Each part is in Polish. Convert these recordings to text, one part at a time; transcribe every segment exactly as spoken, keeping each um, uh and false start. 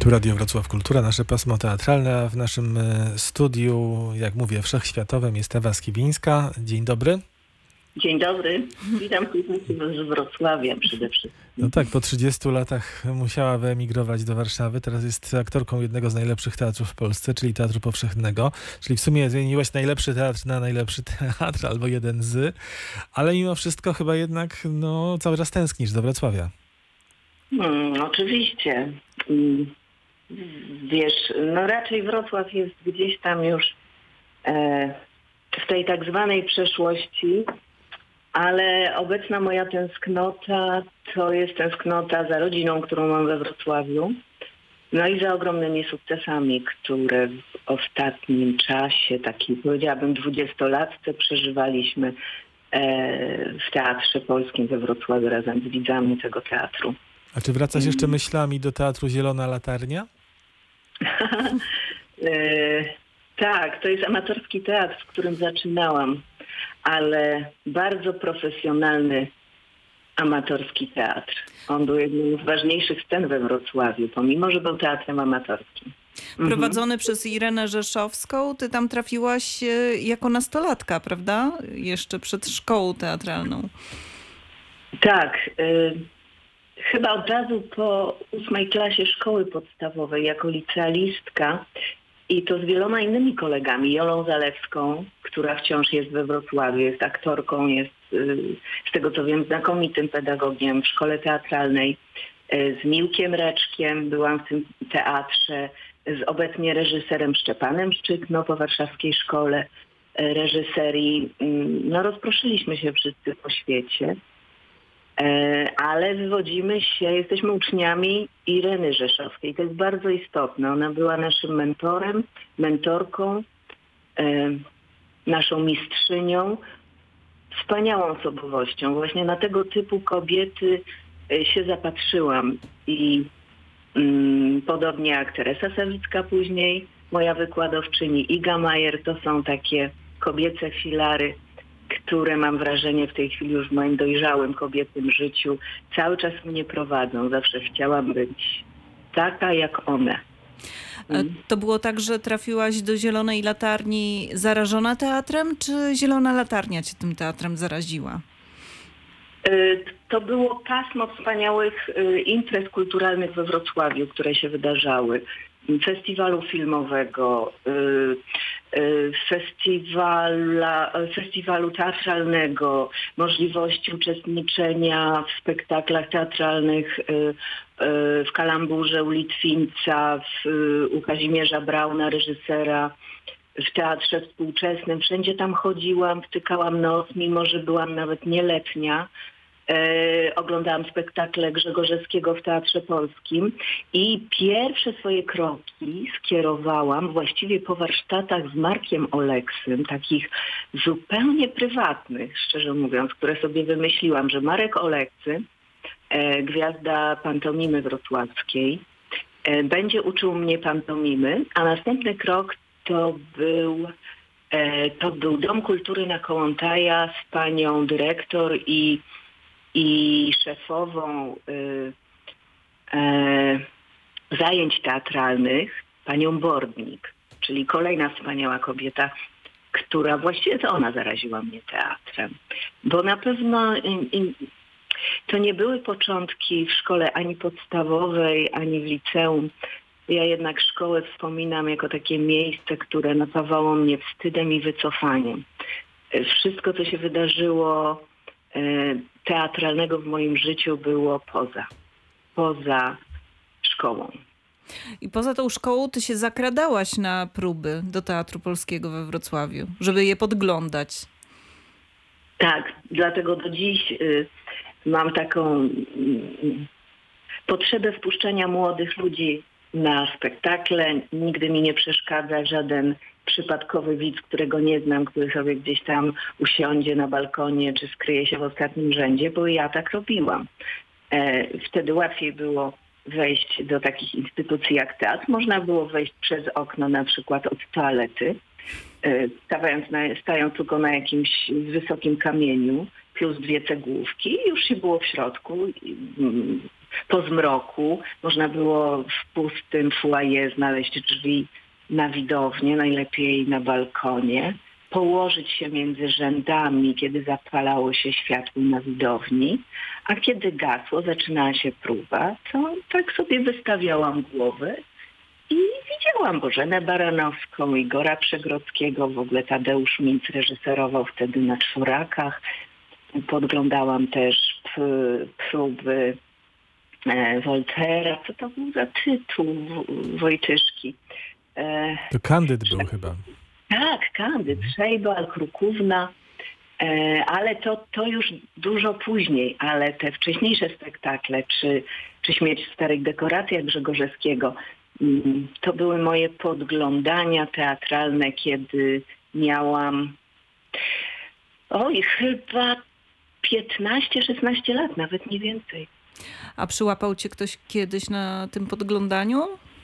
Tu Radio Wrocław Kultura, nasze pasmo teatralne, a w naszym studiu, jak mówię, wszechświatowym jest Ewa Skibińska. Dzień dobry. Dzień dobry, witam z Wrocławia przede wszystkim. No tak, po trzydziestu latach musiała wyemigrować do Warszawy, teraz jest aktorką jednego z najlepszych teatrów w Polsce, czyli Teatru Powszechnego, czyli w sumie zmieniłaś najlepszy teatr na najlepszy teatr, albo jeden z, ale mimo wszystko chyba jednak no, cały czas tęsknisz do Wrocławia. Hmm, oczywiście. Wiesz, no raczej Wrocław jest gdzieś tam już e, w tej tak zwanej przeszłości, ale obecna moja tęsknota to jest tęsknota za rodziną, którą mam we Wrocławiu, no i za ogromnymi sukcesami, które w ostatnim czasie, takiej powiedziałabym dwudziestolatce, przeżywaliśmy e, w Teatrze Polskim we Wrocławiu razem z widzami tego teatru. A czy wracasz jeszcze myślami do Teatru Zielona Latarnia? e, tak, to jest amatorski teatr, w którym zaczynałam, ale bardzo profesjonalny amatorski teatr. On był jednym z ważniejszych scen we Wrocławiu, pomimo że był teatrem amatorskim. Prowadzony Mhm. przez Irenę Rzeszowską, ty tam trafiłaś jako nastolatka, prawda? Jeszcze przed szkołą teatralną. Tak. Y- chyba od razu po ósmej klasie szkoły podstawowej jako licealistka i to z wieloma innymi kolegami. Jolą Zalewską, która wciąż jest we Wrocławiu, jest aktorką, jest y- z tego co wiem znakomitym pedagogiem w szkole teatralnej. Y- z Miłkiem Reczkiem byłam w tym teatrze, z obecnie reżyserem Szczepanem Szczytno po warszawskiej szkole reżyserii. No rozproszyliśmy się wszyscy po świecie, ale wywodzimy się, jesteśmy uczniami Ireny Rzeszowskiej. To jest bardzo istotne. Ona była naszym mentorem, mentorką, naszą mistrzynią, wspaniałą osobowością. Właśnie na tego typu kobiety się zapatrzyłam i podobnie jak Teresa Sawicka później, moja wykładowczyni, Iga Majer, to są takie kobiece filary, które mam wrażenie w tej chwili już w moim dojrzałym kobiecym życiu cały czas mnie prowadzą. Zawsze chciałam być taka jak one. To było tak, że trafiłaś do Zielonej Latarni zarażona teatrem, czy Zielona Latarnia cię tym teatrem zaraziła? To było pasmo wspaniałych imprez kulturalnych we Wrocławiu, które się wydarzały. Festiwalu filmowego, festiwala, festiwalu teatralnego, możliwości uczestniczenia w spektaklach teatralnych w Kalamburze u Litwinca, w, u Kazimierza Brauna, reżysera, w Teatrze Współczesnym. Wszędzie tam chodziłam, wtykałam nos, mimo że byłam nawet nieletnia. E, oglądałam spektakle Grzegorzewskiego w Teatrze Polskim i pierwsze swoje kroki skierowałam właściwie po warsztatach z Markiem Oleksym, takich zupełnie prywatnych, szczerze mówiąc, które sobie wymyśliłam, że Marek Oleksy, e, gwiazda pantomimy wrocławskiej, e, będzie uczył mnie pantomimy, a następny krok to był, e, to był Dom Kultury na Kołłątaja z panią dyrektor i i szefową y, e, zajęć teatralnych, panią Bordnik, czyli kolejna wspaniała kobieta, która właściwie to ona zaraziła mnie teatrem. Bo na pewno y, y, to nie były początki w szkole ani podstawowej, ani w liceum. Ja jednak szkołę wspominam jako takie miejsce, które napawało mnie wstydem i wycofaniem. Wszystko, co się wydarzyło teatralnego w moim życiu było poza, poza szkołą. I poza tą szkołą ty się zakradałaś na próby do Teatru Polskiego we Wrocławiu, żeby je podglądać. Tak, dlatego do dziś y, mam taką y, potrzebę wpuszczenia młodych ludzi na spektakle. Nigdy mi nie przeszkadza żaden przypadkowy widz, którego nie znam, który sobie gdzieś tam usiądzie na balkonie czy skryje się w ostatnim rzędzie, bo ja tak robiłam. E, wtedy łatwiej było wejść do takich instytucji jak teatr. Można było wejść przez okno na przykład od toalety, e, stając, na, stając tylko na jakimś wysokim kamieniu, plus dwie cegłówki i już się było w środku. I, mm, po zmroku. Można było w pustym foyer znaleźć drzwi na widownię, najlepiej na balkonie, położyć się między rzędami, kiedy zapalało się światło na widowni, a kiedy gasło, zaczynała się próba, to tak sobie wystawiałam głowę i widziałam Bożenę Baranowską, Igora Przegrodzkiego, w ogóle Tadeusz Minc reżyserował wtedy na Czworakach. Podglądałam też p- próby e, Woltera. Co to był za tytuł Wojtyszki? E, To Kandyd był chyba. tak, Kandyd, Szejbal, Krukówna, e, ale to, to już dużo później, ale te wcześniejsze spektakle, czy, czy Śmierć w starych dekoracjach Grzegorzewskiego, mm, to były moje podglądania teatralne, kiedy miałam oj, chyba piętnaście szesnaście lat, nawet nie więcej. A przyłapał cię ktoś kiedyś na tym podglądaniu?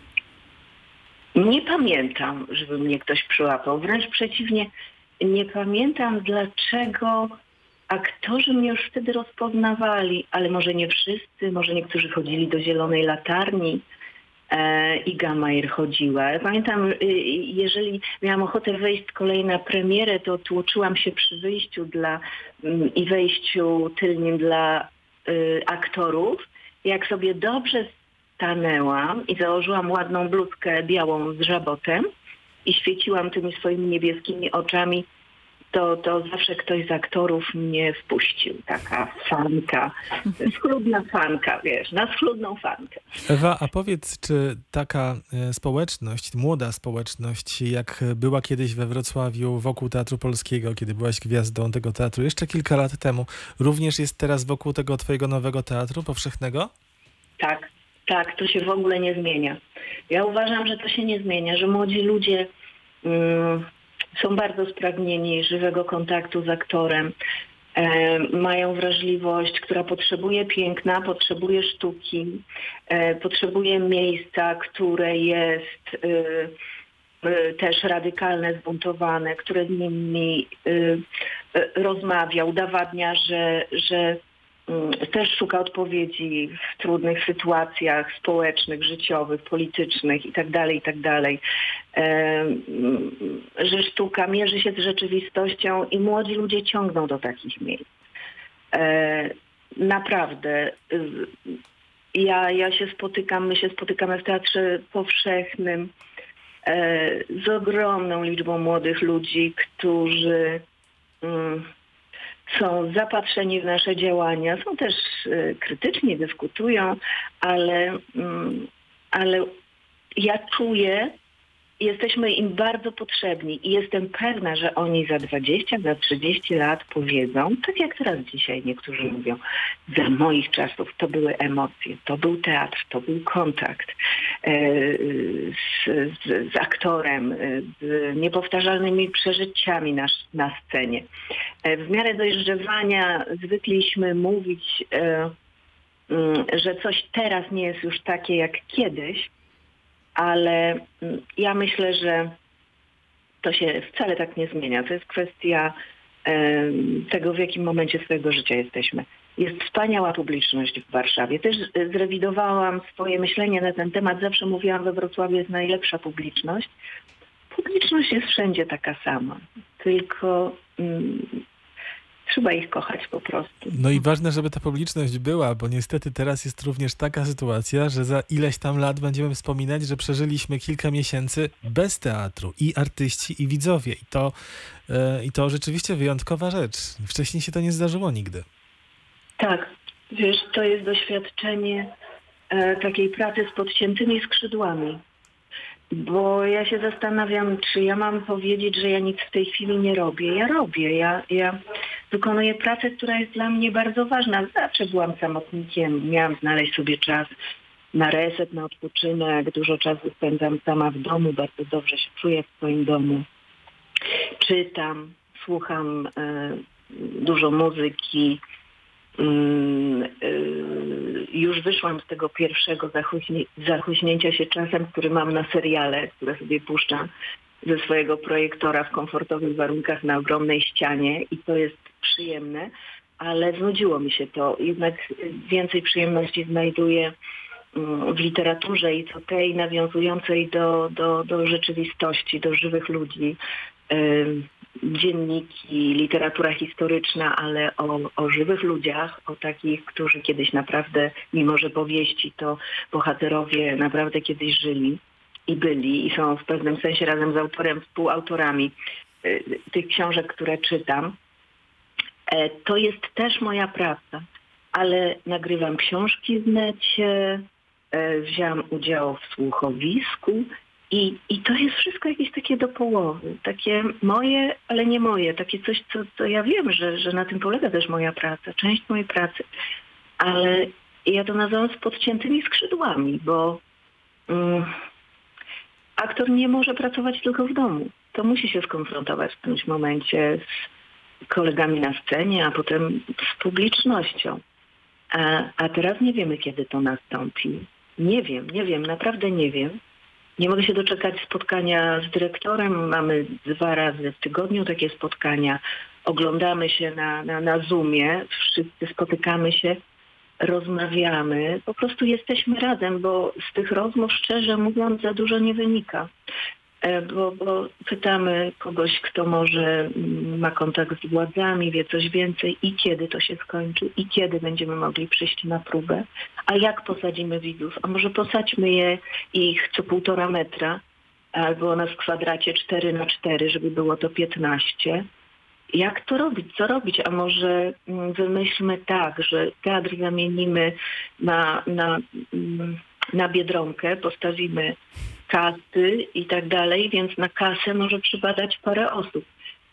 Nie pamiętam, żeby mnie ktoś przyłapał. Wręcz przeciwnie, nie pamiętam, dlaczego aktorzy mnie już wtedy rozpoznawali, ale może nie wszyscy, może niektórzy chodzili do Zielonej Latarni. E, Iga Majer chodziła. Ja pamiętam, y, jeżeli miałam ochotę wejść z kolei na premierę, to tłoczyłam się przy wyjściu dla, y, i wejściu tylnym dla y, aktorów. Jak sobie dobrze stanęłam i założyłam ładną bluzkę białą z żabotem i świeciłam tymi swoimi niebieskimi oczami, to, to zawsze ktoś z aktorów mnie wpuścił. Taka fanka, schludna fanka, wiesz, na schludną fankę. Ewa, a powiedz, czy taka e, społeczność, młoda społeczność, jak była kiedyś we Wrocławiu wokół Teatru Polskiego, kiedy byłaś gwiazdą tego teatru jeszcze kilka lat temu, również jest teraz wokół tego twojego nowego Teatru Powszechnego? Tak, tak, to się w ogóle nie zmienia. Ja uważam, że to się nie zmienia, że młodzi ludzie mm, są bardzo spragnieni żywego kontaktu z aktorem, e, mają wrażliwość, która potrzebuje piękna, potrzebuje sztuki, e, potrzebuje miejsca, które jest e, e, też radykalne, zbuntowane, które z nimi e, e, rozmawia, udowadnia, że, że też szuka odpowiedzi w trudnych sytuacjach społecznych, życiowych, politycznych itd., itd. Że sztuka mierzy się z rzeczywistością i młodzi ludzie ciągną do takich miejsc. Naprawdę. Ja, ja się spotykam, my się spotykamy w Teatrze Powszechnym z ogromną liczbą młodych ludzi, którzy są zapatrzeni w nasze działania, są też y, krytyczni, dyskutują, ale, mm, ale ja czuję, jesteśmy im bardzo potrzebni i jestem pewna, że oni za dwadzieścia, za trzydzieści lat powiedzą, tak jak teraz dzisiaj niektórzy mówią, za moich czasów to były emocje, to był teatr, to był kontakt e, z, z, z aktorem, e, z niepowtarzalnymi przeżyciami na, na scenie. E, w miarę dojrzewania zwykliśmy mówić, e, m, że coś teraz nie jest już takie jak kiedyś, ale ja myślę, że to się wcale tak nie zmienia. To jest kwestia e, tego, w jakim momencie swojego życia jesteśmy. Jest wspaniała publiczność w Warszawie. Też zrewidowałam swoje myślenie na ten temat. Zawsze mówiłam, we Wrocławiu jest najlepsza publiczność. Publiczność jest wszędzie taka sama. Tylko mm, trzeba ich kochać po prostu. No i ważne, żeby ta publiczność była, bo niestety teraz jest również taka sytuacja, że za ileś tam lat będziemy wspominać, że przeżyliśmy kilka miesięcy bez teatru. I artyści, i widzowie. I to, yy, i to rzeczywiście wyjątkowa rzecz. Wcześniej się to nie zdarzyło nigdy. Tak. Wiesz, to jest doświadczenie e, takiej pracy z podciętymi skrzydłami. Bo ja się zastanawiam, czy ja mam powiedzieć, że ja nic w tej chwili nie robię. Ja robię. Ja, ja wykonuję pracę, która jest dla mnie bardzo ważna. Zawsze byłam samotnikiem. Miałam znaleźć sobie czas na reset, na odpoczynek. Dużo czasu spędzam sama w domu. Bardzo dobrze się czuję w swoim domu. Czytam, słucham e, dużo muzyki. Już wyszłam z tego pierwszego zachuśnie, zachuśnięcia się czasem, który mam na seriale, które sobie puszczam ze swojego projektora w komfortowych warunkach na ogromnej ścianie i to jest przyjemne, ale znudziło mi się to. Jednak więcej przyjemności znajduję w literaturze i to tej nawiązującej do, do, do rzeczywistości, do żywych ludzi. Dzienniki, literatura historyczna, ale o, o żywych ludziach, o takich, którzy kiedyś naprawdę, mimo że powieści, to bohaterowie naprawdę kiedyś żyli i byli i są w pewnym sensie razem z autorem współautorami tych książek, które czytam. To jest też moja praca, ale nagrywam książki w necie, wzięłam udział w słuchowisku i, i to jest wszystko jakieś takie do połowy, takie moje, ale nie moje, takie coś, co, co ja wiem, że, że na tym polega też moja praca, część mojej pracy, ale ja to nazywam z podciętymi skrzydłami, bo um, aktor nie może pracować tylko w domu. To musi się skonfrontować w którymś momencie z kolegami na scenie, a potem z publicznością. A, a teraz nie wiemy, kiedy to nastąpi. Nie wiem, nie wiem, naprawdę nie wiem. Nie mogę się doczekać spotkania z dyrektorem. Mamy dwa razy w tygodniu takie spotkania. Oglądamy się na, na, na Zoomie, wszyscy spotykamy się, rozmawiamy. Po prostu jesteśmy razem, bo z tych rozmów, szczerze mówiąc, za dużo nie wynika. Bo, bo pytamy kogoś, kto może ma kontakt z władzami, wie coś więcej i kiedy to się skończy i kiedy będziemy mogli przyjść na próbę. A jak posadzimy widzów? A może posadźmy je ich co półtora metra albo na w kwadracie cztery na cztery, żeby było to piętnaście. Jak to robić? Co robić? A może wymyślmy tak, że teatr zamienimy na, na, na Biedronkę, postawimy kasy i tak dalej, więc na kasę może przypadać parę osób.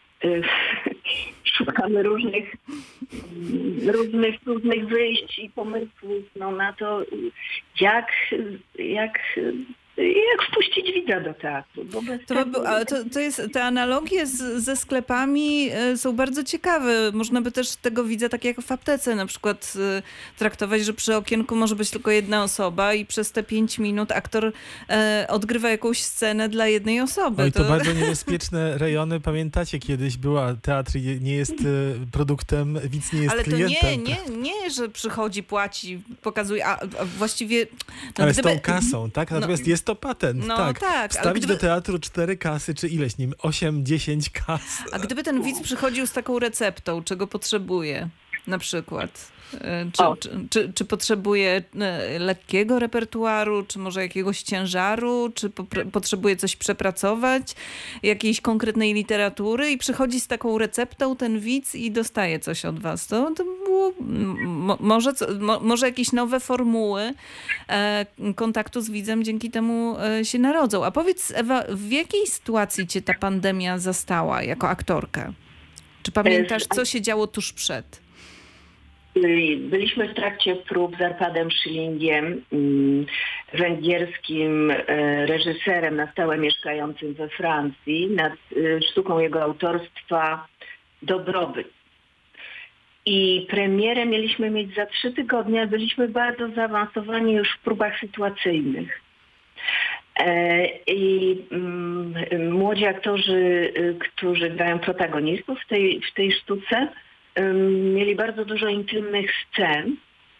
Szukamy różnych, różnych, różnych wyjść i pomysłów no, na to, jak, jak, jak wpuścić widza do teatru. Bo bez To, by, był- ale to, to jest, te analogie z, ze sklepami e, są bardzo ciekawe. Można by też tego widza, tak jak w aptece na przykład, e, traktować, że przy okienku może być tylko jedna osoba i przez te pięć minut aktor e, odgrywa jakąś scenę dla jednej osoby. Oj, to bardzo niebezpieczne rejony. Pamiętacie, kiedyś była teatr je- nie jest e, produktem, widz nie jest Ale to klientem. nie, nie, nie, że przychodzi, płaci, pokazuje, a, a właściwie... No, Ale gdyby- z tą kasą, tak? Natomiast jest to patent, No tak. tak, ale Wstawić gdyby- do teatru cztery kasy, czy ileś nim? Osiem, dziesięć kas. A gdyby ten widz przychodził z taką receptą, czego potrzebuje na przykład? E, Czy, O. czy, czy, czy potrzebuje e, lekkiego repertuaru, czy może jakiegoś ciężaru, czy popre- potrzebuje coś przepracować, jakiejś konkretnej literatury i przychodzi z taką receptą ten widz i dostaje coś od was. To, to było mo, może, co, mo, może jakieś nowe formuły e, kontaktu z widzem dzięki temu e, się narodzą. A powiedz, Ewa, w jakiej sytuacji cię ta pandemia zastała jako aktorkę? Czy pamiętasz, co się działo tuż przed? Byliśmy w trakcie prób z Arpadem Schillingiem, mm, węgierskim e, reżyserem na stałe mieszkającym we Francji, nad e, sztuką jego autorstwa Dobrobyt. I premierę mieliśmy mieć za trzy tygodnie, a byliśmy bardzo zaawansowani już w próbach sytuacyjnych. E, I mm, młodzi aktorzy, y, którzy grają protagonistów w tej, w tej sztuce, mieli bardzo dużo intymnych scen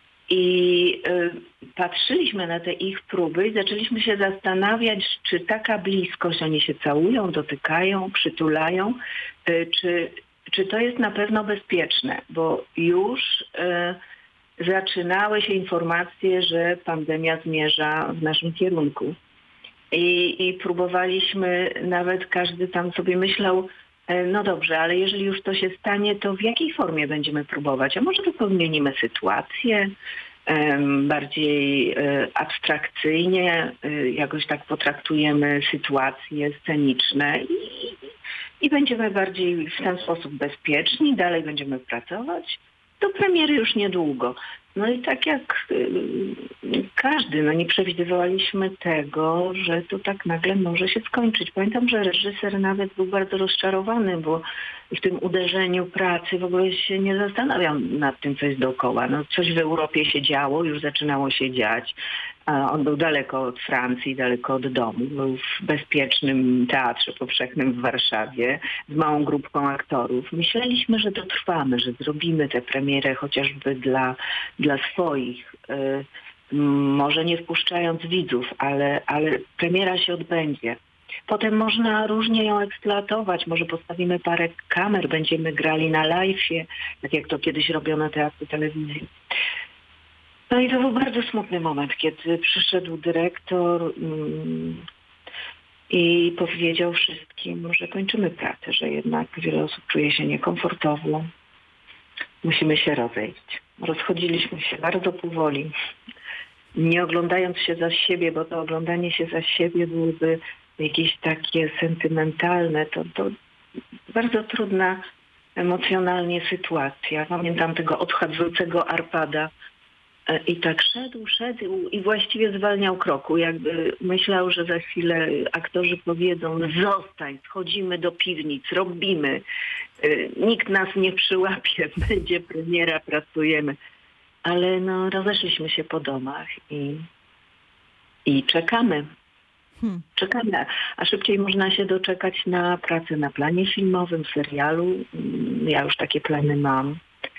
i y, patrzyliśmy na te ich próby i zaczęliśmy się zastanawiać, czy taka bliskość, oni się całują, dotykają, przytulają, y, czy, czy to jest na pewno bezpieczne, bo już y, zaczynały się informacje, że pandemia zmierza w naszym kierunku. I, i próbowaliśmy, nawet każdy tam sobie myślał, no dobrze, ale jeżeli już to się stanie, to w jakiej formie będziemy próbować? A może tylko zmienimy sytuację, em, bardziej e, abstrakcyjnie, e, jakoś tak potraktujemy sytuacje sceniczne i, i będziemy bardziej w ten sposób bezpieczni, dalej będziemy pracować. Do premiery już niedługo. No i tak jak y, każdy, no nie przewidywaliśmy tego, że to tak nagle może się skończyć. Pamiętam, że reżyser nawet był bardzo rozczarowany, bo w tym uderzeniu pracy w ogóle się nie zastanawiał nad tym, co jest dookoła. No coś w Europie się działo, już zaczynało się dziać. A on był daleko od Francji, daleko od domu. Był w bezpiecznym Teatrze Powszechnym w Warszawie z małą grupką aktorów. Myśleliśmy, że dotrwamy, że zrobimy tę premierę chociażby dla, dla swoich. Y, może nie wpuszczając widzów, ale, ale premiera się odbędzie. Potem można różnie ją eksploatować. Może postawimy parę kamer, będziemy grali na live'ie, tak jak to kiedyś robiono na Teatrze Telewizji. No i to był bardzo smutny moment, kiedy przyszedł dyrektor mm, i powiedział wszystkim, że kończymy pracę, że jednak wiele osób czuje się niekomfortowo. Musimy się rozejść. Rozchodziliśmy się bardzo powoli, nie oglądając się za siebie, bo to oglądanie się za siebie byłoby jakieś takie sentymentalne. To, to bardzo trudna emocjonalnie sytuacja. Pamiętam tego odchodzącego Arpada, i tak szedł, szedł i właściwie zwalniał kroku, jakby myślał, że za chwilę aktorzy powiedzą: zostań, schodzimy do piwnic, robimy, nikt nas nie przyłapie, będzie premiera, pracujemy. Ale no, rozeszliśmy się po domach i, i czekamy. Hmm. Czekamy, a szybciej można się doczekać na pracę na planie filmowym, serialu. Ja już takie plany mam.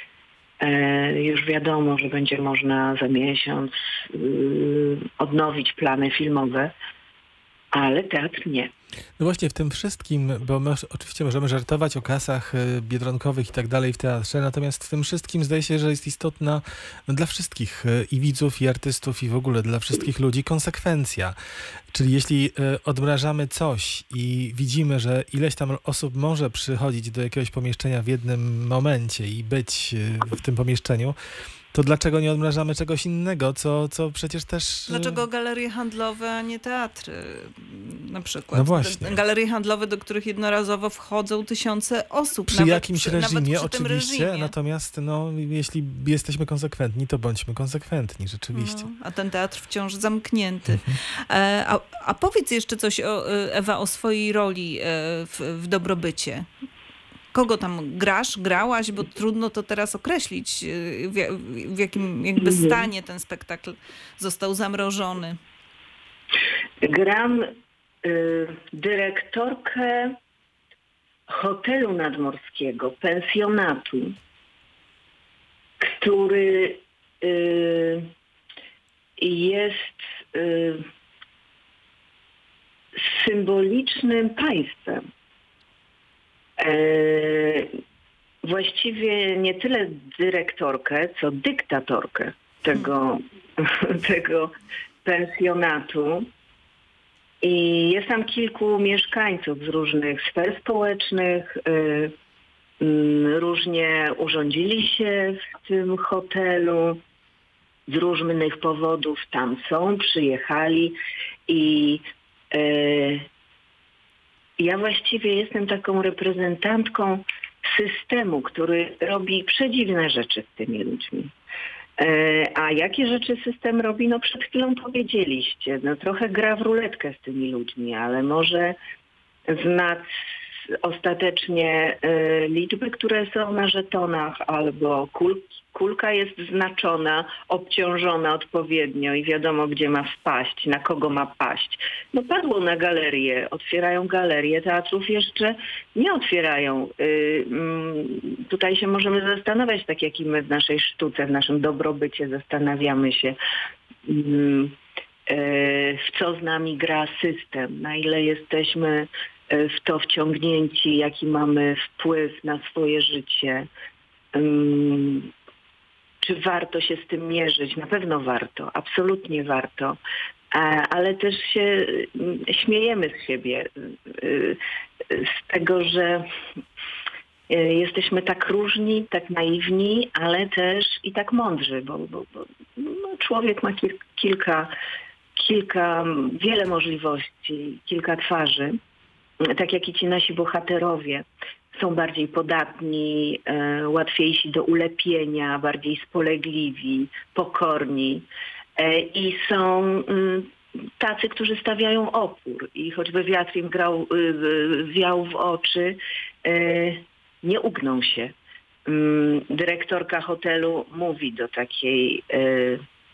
Już wiadomo, że będzie można za miesiąc yy, odnowić plany filmowe, ale teatr nie. No właśnie w tym wszystkim, bo my oczywiście możemy żartować o kasach biedronkowych i tak dalej w teatrze, natomiast w tym wszystkim zdaje się, że jest istotna no, dla wszystkich i widzów, i artystów, i w ogóle dla wszystkich ludzi konsekwencja. Czyli jeśli odmrażamy coś i widzimy, że ileś tam osób może przychodzić do jakiegoś pomieszczenia w jednym momencie i być w tym pomieszczeniu, to dlaczego nie odmrażamy czegoś innego, co, co przecież też... Dlaczego galerie handlowe, a nie teatry na przykład? No właśnie. Galerie handlowe, do których jednorazowo wchodzą tysiące osób. Przy nawet jakimś przy, reżimie nawet przy oczywiście, tym reżimie. Natomiast no, jeśli jesteśmy konsekwentni, to bądźmy konsekwentni rzeczywiście. No, a ten teatr wciąż zamknięty. Mhm. E, a, a powiedz jeszcze coś, o, Ewa, o swojej roli w, w dobrobycie. Kogo tam grasz, grałaś, bo trudno to teraz określić, w, w jakim jakby stanie ten spektakl został zamrożony. Gram y, dyrektorkę hotelu nadmorskiego, pensjonatu, który y, jest y, symbolicznym państwem. Właściwie nie tyle dyrektorkę, co dyktatorkę tego, tego pensjonatu. I jest tam kilku mieszkańców z różnych sfer społecznych. Różnie urządzili się w tym hotelu. Z różnych powodów tam są, przyjechali i ja właściwie jestem taką reprezentantką systemu, który robi przedziwne rzeczy z tymi ludźmi. A jakie rzeczy system robi? No przed chwilą powiedzieliście. No trochę gra w ruletkę z tymi ludźmi, ale może znać ostatecznie liczby, które są na żetonach, albo kul, kulka jest znaczona, obciążona odpowiednio i wiadomo, gdzie ma wpaść, na kogo ma paść. No padło na galerię, otwierają galerie, teatrów jeszcze nie otwierają. Tutaj się możemy zastanawiać, tak jak i my w naszej sztuce, w naszym dobrobycie zastanawiamy się, w co z nami gra system, na ile jesteśmy w to wciągnięci, jaki mamy wpływ na swoje życie. Czy warto się z tym mierzyć? Na pewno warto, absolutnie warto. Ale też się śmiejemy z siebie, z tego, że jesteśmy tak różni, tak naiwni, ale też i tak mądrzy, bo, bo, bo no, człowiek ma kil, kilka, kilka, wiele możliwości, kilka twarzy. Tak jak i ci nasi bohaterowie są bardziej podatni, e, łatwiejsi do ulepienia, bardziej spolegliwi, pokorni e, i są m, tacy, którzy stawiają opór i choćby wiatr im grał, y, wiał w oczy, e, nie ugną się. Ym, dyrektorka hotelu mówi do takiej y,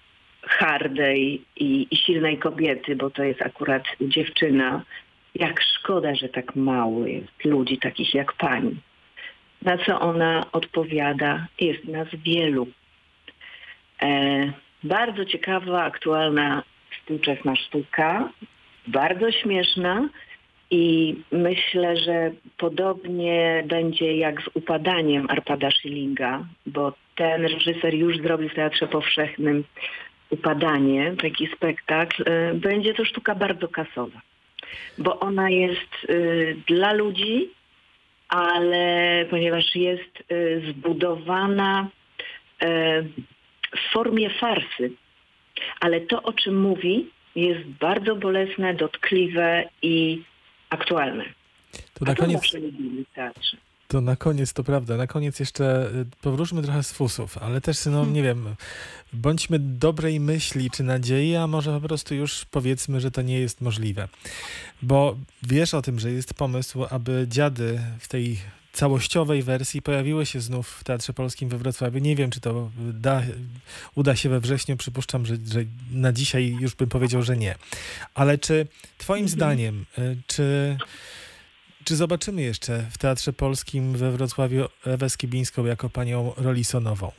hardej i, i silnej kobiety, bo to jest akurat dziewczyna. Jak szkoda, że tak mało jest ludzi takich jak pani. Na co ona odpowiada, jest nas wielu. E, bardzo ciekawa, aktualna, współczesna sztuka, bardzo śmieszna i myślę, że podobnie będzie jak z Upadaniem Arpada Schillinga, bo ten reżyser już zrobił w Teatrze Powszechnym Upadanie, taki spektakl. E, będzie to sztuka bardzo kasowa, bo ona jest y, dla ludzi, ale ponieważ jest y, zbudowana y, w formie farsy, ale to, o czym mówi, jest bardzo bolesne, dotkliwe i aktualne. To A na to koniec... zawsze lubimy w teatrze. To na koniec, to prawda, na koniec jeszcze y, powróćmy trochę z fusów, ale też, no nie wiem, bądźmy dobrej myśli czy nadziei, a może po prostu już powiedzmy, że to nie jest możliwe. Bo wiesz o tym, że jest pomysł, aby dziady w tej całościowej wersji pojawiły się znów w Teatrze Polskim we Wrocławiu. Nie wiem, czy to da, uda się we wrześniu, przypuszczam, że, że na dzisiaj już bym powiedział, że nie. Ale czy twoim mhm. zdaniem, y, czy... Czy zobaczymy jeszcze w Teatrze Polskim we Wrocławiu Ewę Skibińską jako panią Rolisonową?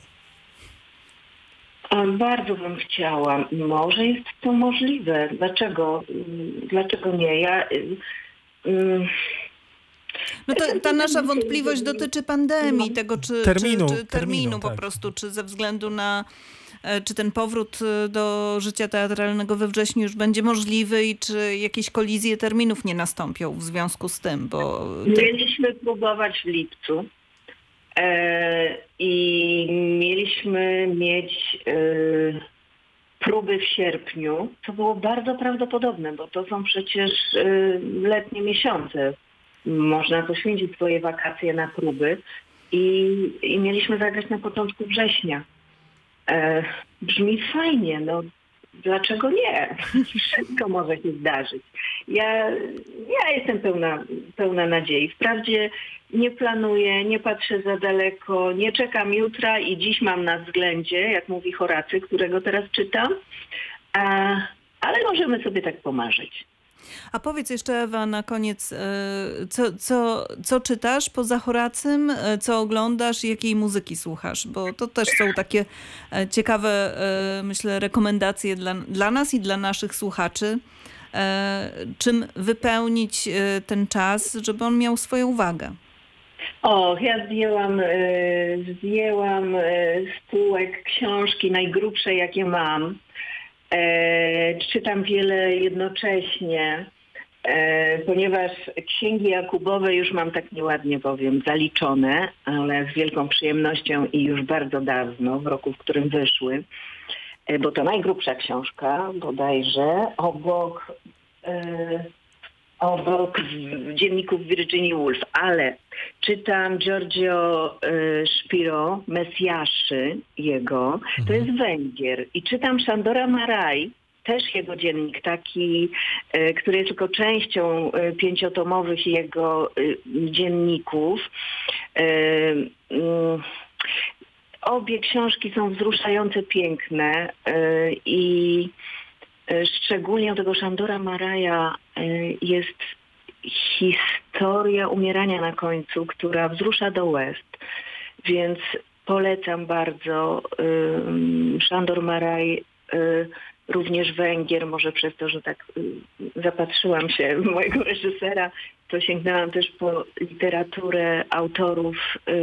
Bardzo bym chciała. Może jest to możliwe. Dlaczego? Dlaczego nie? Ja... No to, ta nasza wątpliwość dotyczy pandemii, tego czy terminu, czy, czy terminu, terminu po tak. prostu, czy ze względu na czy ten powrót do życia teatralnego we wrześniu już będzie możliwy i czy jakieś kolizje terminów nie nastąpią w związku z tym, bo... Mieliśmy próbować w lipcu e, i mieliśmy mieć e, próby w sierpniu, co było bardzo prawdopodobne, bo to są przecież e, letnie miesiące. Można poświęcić swoje wakacje na próby i, i mieliśmy zagrać na początku września. E, brzmi fajnie, no dlaczego nie? Wszystko może się zdarzyć. Ja, ja jestem pełna, pełna nadziei. Wprawdzie nie planuję, nie patrzę za daleko, nie czekam jutra i dziś mam na względzie, jak mówi Horacy, którego teraz czytam, a, ale możemy sobie tak pomarzyć. A powiedz jeszcze, Ewa, na koniec, co, co, co czytasz poza Horacym, co oglądasz i jakiej muzyki słuchasz? Bo to też są takie ciekawe, myślę, rekomendacje dla, dla nas i dla naszych słuchaczy. Czym wypełnić ten czas, żeby on miał swoją wagę? O, ja zdjęłam, zdjęłam z półek książki najgrubsze, jakie mam. E, czytam wiele jednocześnie, e, ponieważ księgi Jakubowe już mam, tak nieładnie powiem, zaliczone, ale z wielką przyjemnością i już bardzo dawno, w roku, w którym wyszły, e, bo to najgrubsza książka bodajże, obok, e, obok dzienników Virginia Woolf, ale czytam Giorgio y, Spiro, Mesjaszy jego, mhm. to jest Węgier. I czytam Sándora Márai, też jego dziennik, taki, y, który jest tylko częścią y, pięciotomowych jego y, dzienników. Y, y, obie książki są wzruszające, piękne y, i szczególnie u tego Sándora Máraja jest historia umierania na końcu, która wzrusza do łez. Więc polecam bardzo. Sándor Márai, również Węgier, może przez to, że tak zapatrzyłam się w mojego reżysera, to sięgnęłam też po literaturę autorów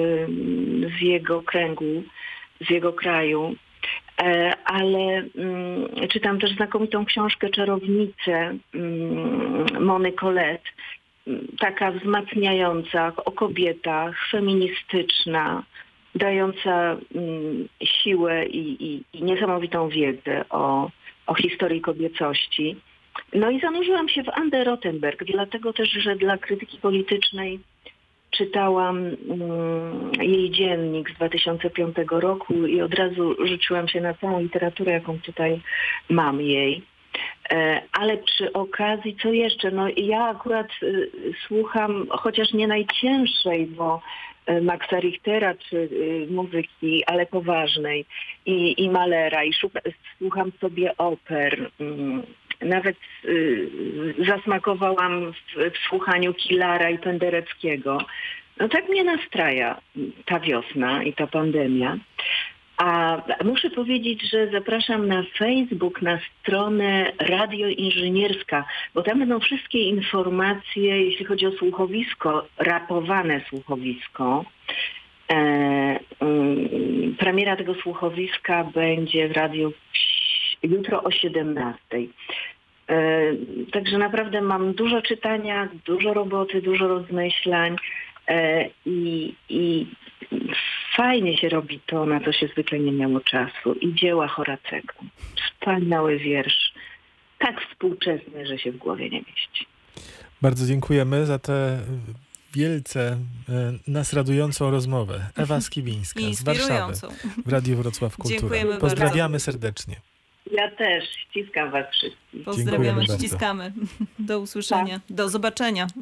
z jego kręgu, z jego kraju. Ale mm, czytam też znakomitą książkę Czarownice mm, Mony Colette, taka wzmacniająca, o kobietach, feministyczna, dająca mm, siłę i, i, i niesamowitą wiedzę o, o historii kobiecości. No i zanurzyłam się w Andę Rothenberg, dlatego też, że dla krytyki politycznej czytałam mm, jej dziennik z dwa tysiące piątego roku i od razu rzuciłam się na całą literaturę, jaką tutaj mam jej. E, ale przy okazji, co jeszcze? No ja akurat y, słucham, chociaż nie najcięższej, bo e, Maxa Richtera, czy e, muzyki, ale poważnej, i, i Mahlera, i szuka, słucham sobie oper. Mm, Nawet y, zasmakowałam w, w słuchaniu Kilara i Pendereckiego. No tak mnie nastraja ta wiosna i ta pandemia. A muszę powiedzieć, że zapraszam na Facebook, na stronę Radio Inżynierska, bo tam będą wszystkie informacje, jeśli chodzi o słuchowisko, rapowane słuchowisko. E, mm, premiera tego słuchowiska będzie w radiu jutro o siedemnastej. E, także naprawdę mam dużo czytania, dużo roboty, dużo rozmyślań e, i, i fajnie się robi to, na co się zwykle nie miało czasu. I dzieła Horacego. Wspaniały wiersz. Tak współczesny, że się w głowie nie mieści. Bardzo dziękujemy za tę wielce e, nas radującą rozmowę. Ewa Skibińska z Warszawy Inspirującą. w Radiu Wrocław Kultura. Dziękujemy bardzo. Pozdrawiamy serdecznie. Ja też ściskam was wszystkich. Pozdrawiamy, bardzo. ściskamy. Do usłyszenia. Do zobaczenia.